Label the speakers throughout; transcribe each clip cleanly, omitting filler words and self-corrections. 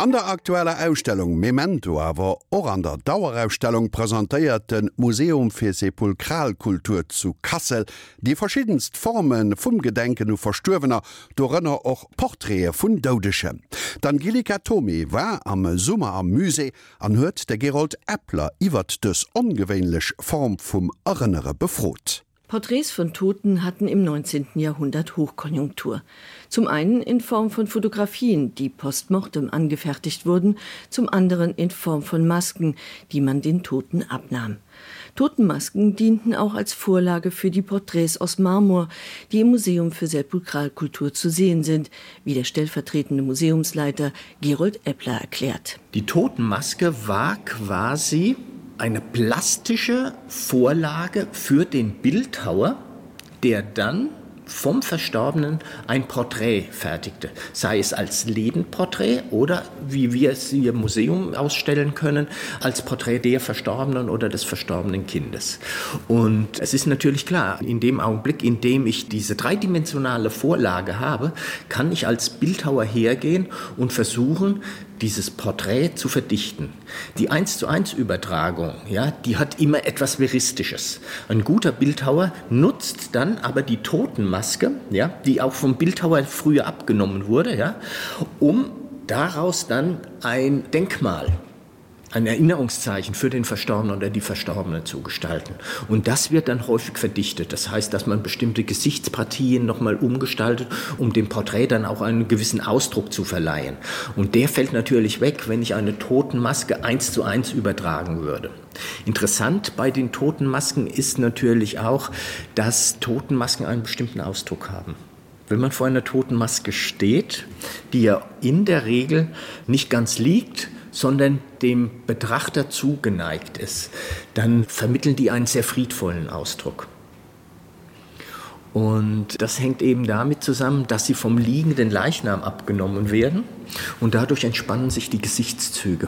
Speaker 1: An der aktueller Ausstellung Memento awer och an der Dauerausstellung präsentéiert den Museum fir Sepulkralkultur zu Kassel die verschiedenst Formen vum Gedenken u Verstorwener dorënner och Porträte vun Dodesche. D'Angelika Tomi war am Summer am Muse an huet der Gerold Eppler iwwer des ongewéinlech Form vum Erinnerre befrot.
Speaker 2: Porträts von Toten hatten im 19. Jahrhundert Hochkonjunktur. Zum einen in Form von Fotografien, die postmortem angefertigt wurden, zum anderen in Form von Masken, die man den Toten abnahm. Totenmasken dienten auch als Vorlage für die Porträts aus Marmor, die im Museum für Sepulkralkultur zu sehen sind, wie der stellvertretende Museumsleiter Gerold Eppler erklärt.
Speaker 3: Die Totenmaske war quasi eine plastische Vorlage für den Bildhauer, der dann vom Verstorbenen ein Porträt fertigte, sei es als Lebendporträt oder, wie wir es hier im Museum ausstellen können, als Porträt der Verstorbenen oder des verstorbenen Kindes. Und es ist natürlich klar, in dem Augenblick, in dem ich diese dreidimensionale Vorlage habe, kann ich als Bildhauer hergehen und versuchen, dieses Porträt zu verdichten. Die 1:1 Übertragung, ja, die hat immer etwas Veristisches. Ein guter Bildhauer nutzt dann aber die Totenmaske, ja, die auch vom Bildhauer früher abgenommen wurde, ja, um daraus dann ein Denkmal, ein Erinnerungszeichen für den Verstorbenen oder die Verstorbenen zu gestalten. Und das wird dann häufig verdichtet. Das heißt, dass man bestimmte Gesichtspartien nochmal umgestaltet, um dem Porträt dann auch einen gewissen Ausdruck zu verleihen. Und der fällt natürlich weg, wenn ich eine Totenmaske 1:1 übertragen würde. Interessant bei den Totenmasken ist natürlich auch, dass Totenmasken einen bestimmten Ausdruck haben. Wenn man vor einer Totenmaske steht, die ja in der Regel nicht ganz liegt, sondern dem Betrachter zugeneigt ist, dann vermitteln die einen sehr friedvollen Ausdruck. Und das hängt eben damit zusammen, dass sie vom liegenden Leichnam abgenommen werden und dadurch entspannen sich die Gesichtszüge.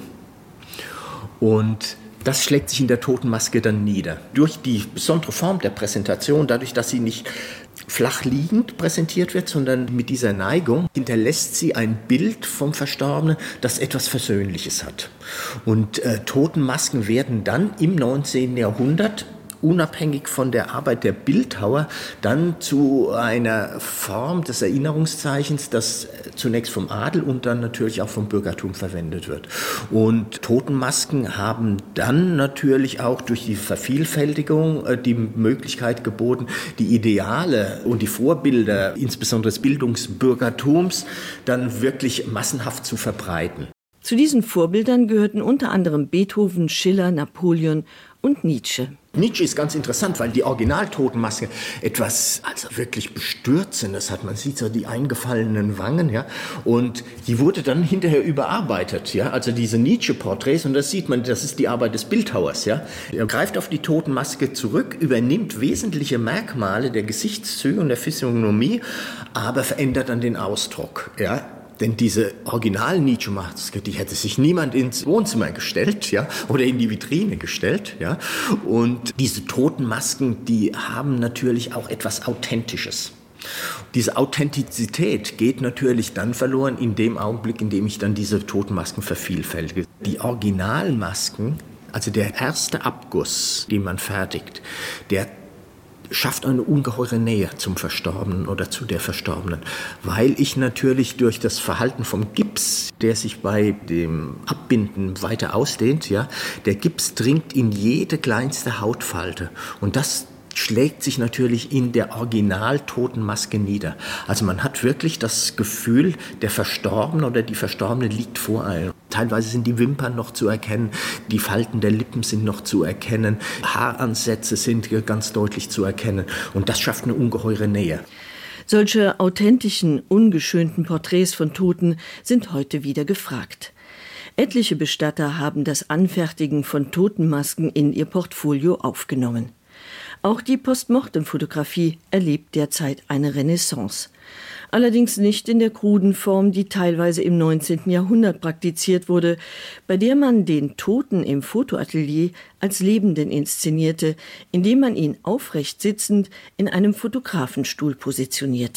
Speaker 3: Und das schlägt sich in der Totenmaske dann nieder. Durch die besondere Form der Präsentation, dadurch, dass sie nicht flach liegend präsentiert wird, sondern mit dieser Neigung hinterlässt sie ein Bild vom Verstorbenen, das etwas Versöhnliches hat. Und Totenmasken werden dann im 19. Jahrhundert unabhängig von der Arbeit der Bildhauer dann zu einer Form des Erinnerungszeichens, das zunächst vom Adel und dann natürlich auch vom Bürgertum verwendet wird. Und Totenmasken haben dann natürlich auch durch die Vervielfältigung die Möglichkeit geboten, die Ideale und die Vorbilder, insbesondere des Bildungsbürgertums, dann wirklich massenhaft zu verbreiten.
Speaker 2: Zu diesen Vorbildern gehörten unter anderem Beethoven, Schiller, Napoleon und Nietzsche.
Speaker 3: Nietzsche ist ganz interessant, weil die Original-Totenmaske etwas wirklich Bestürzendes hat. Man sieht so die eingefallenen Wangen, ja, und die wurde dann hinterher überarbeitet, ja, also diese Nietzsche-Porträts, und das sieht man, das ist die Arbeit des Bildhauers, ja. Er greift auf die Totenmaske zurück, übernimmt wesentliche Merkmale der Gesichtszüge und der Physiognomie, aber verändert dann den Ausdruck, ja. Denn diese Original-Nietzsche-Maske, die hätte sich niemand ins Wohnzimmer gestellt, ja, oder in die Vitrine gestellt, ja. Und diese Totenmasken, die haben natürlich auch etwas Authentisches. Diese Authentizität geht natürlich dann verloren in dem Augenblick, in dem ich dann diese Totenmasken vervielfältige. Die Originalmasken, also der erste Abguss, den man fertigt, der schafft eine ungeheure Nähe zum Verstorbenen oder zu der Verstorbenen, weil ich natürlich durch das Verhalten vom Gips, der sich bei dem Abbinden weiter ausdehnt, ja, der Gips dringt in jede kleinste Hautfalte und das schlägt sich natürlich in der Original-Totenmaske nieder. Also man hat wirklich das Gefühl, der Verstorbene oder die Verstorbene liegt vor einem. Teilweise sind die Wimpern noch zu erkennen, die Falten der Lippen sind noch zu erkennen, Haaransätze sind ganz deutlich zu erkennen und das schafft eine ungeheure Nähe.
Speaker 2: Solche authentischen, ungeschönten Porträts von Toten sind heute wieder gefragt. Etliche Bestatter haben das Anfertigen von Totenmasken in ihr Portfolio aufgenommen. Auch die Postmortem-Fotografie erlebt derzeit eine Renaissance. Allerdings nicht in der kruden Form, die teilweise im 19. Jahrhundert praktiziert wurde, bei der man den Toten im Fotoatelier als Lebenden inszenierte, indem man ihn aufrecht sitzend in einem Fotografenstuhl positionierte.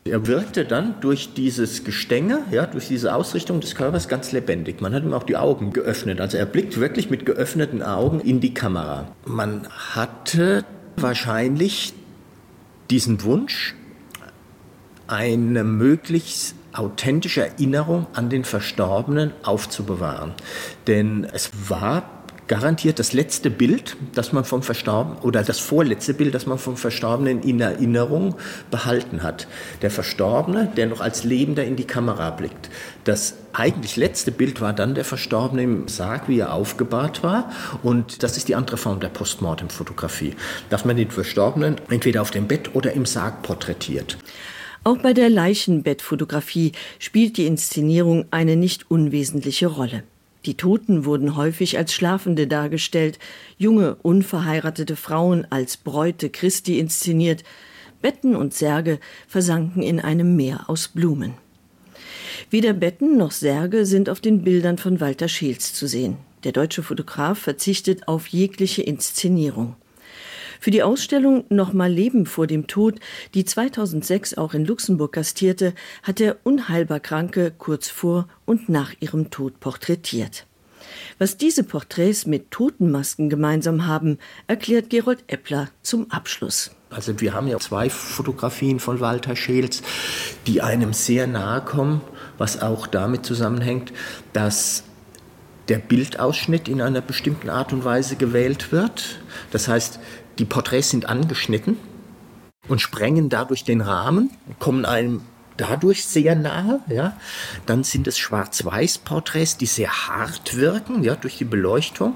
Speaker 3: Er wirkte dann durch dieses Gestänge, ja, durch diese Ausrichtung des Körpers ganz lebendig. Man hat ihm auch die Augen geöffnet. Also er blickt wirklich mit geöffneten Augen in die Kamera. Man hatte wahrscheinlich diesen Wunsch, eine möglichst authentische Erinnerung an den Verstorbenen aufzubewahren. Denn es war garantiert das letzte Bild, das man vom Verstorbenen, oder das vorletzte Bild, das man vom Verstorbenen in Erinnerung behalten hat. Der Verstorbene, der noch als Lebender in die Kamera blickt. Das eigentlich letzte Bild war dann der Verstorbene im Sarg, wie er aufgebahrt war. Und das ist die andere Form der Postmortem-Fotografie, dass man den Verstorbenen entweder auf dem Bett oder im Sarg porträtiert.
Speaker 2: Auch bei der Leichenbettfotografie spielt die Inszenierung eine nicht unwesentliche Rolle. Die Toten wurden häufig als Schlafende dargestellt, junge, unverheiratete Frauen als Bräute Christi inszeniert, Betten und Särge versanken in einem Meer aus Blumen. Weder Betten noch Särge sind auf den Bildern von Walter Scheels zu sehen. Der deutsche Fotograf verzichtet auf jegliche Inszenierung. Für die Ausstellung Nochmal Leben vor dem Tod, die 2006 auch in Luxemburg gastierte, hat er unheilbar Kranke kurz vor und nach ihrem Tod porträtiert. Was diese Porträts mit Totenmasken gemeinsam haben, erklärt Gerold Eppler zum Abschluss.
Speaker 3: Also wir haben ja 2 Fotografien von Walter Scheels, die einem sehr nahe kommen, was auch damit zusammenhängt, dass der Bildausschnitt in einer bestimmten Art und Weise gewählt wird. Das heißt, die Porträts sind angeschnitten und sprengen dadurch den Rahmen, kommen einem dadurch sehr nahe. Ja. Dann sind es Schwarz-Weiß-Porträts, die sehr hart wirken, ja, durch die Beleuchtung.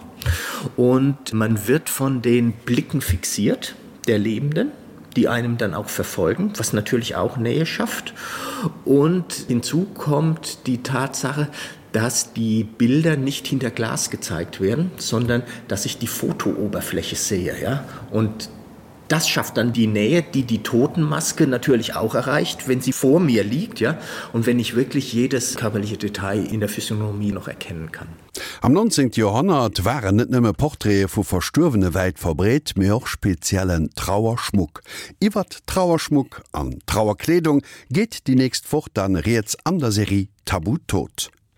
Speaker 3: Und man wird von den Blicken fixiert, der Lebenden, die einem dann auch verfolgen, was natürlich auch Nähe schafft. Und hinzu kommt die Tatsache, dass die Bilder nicht hinter Glas gezeigt werden, sondern dass ich die Fotooberfläche sehe. Ja? Und das schafft dann die Nähe, die die Totenmaske natürlich auch erreicht, wenn sie vor mir liegt, ja, und wenn ich wirklich jedes körperliche Detail in der Physiognomie noch erkennen kann.
Speaker 1: Am 19. Jahrhundert waren nicht nur Porträts von Verstorbenen weit verbreitet, mehr auch speziellen Trauerschmuck. Über Trauerschmuck an Trauerkleidung geht die nächste Woche dann jetzt an der Serie Tabu Tod.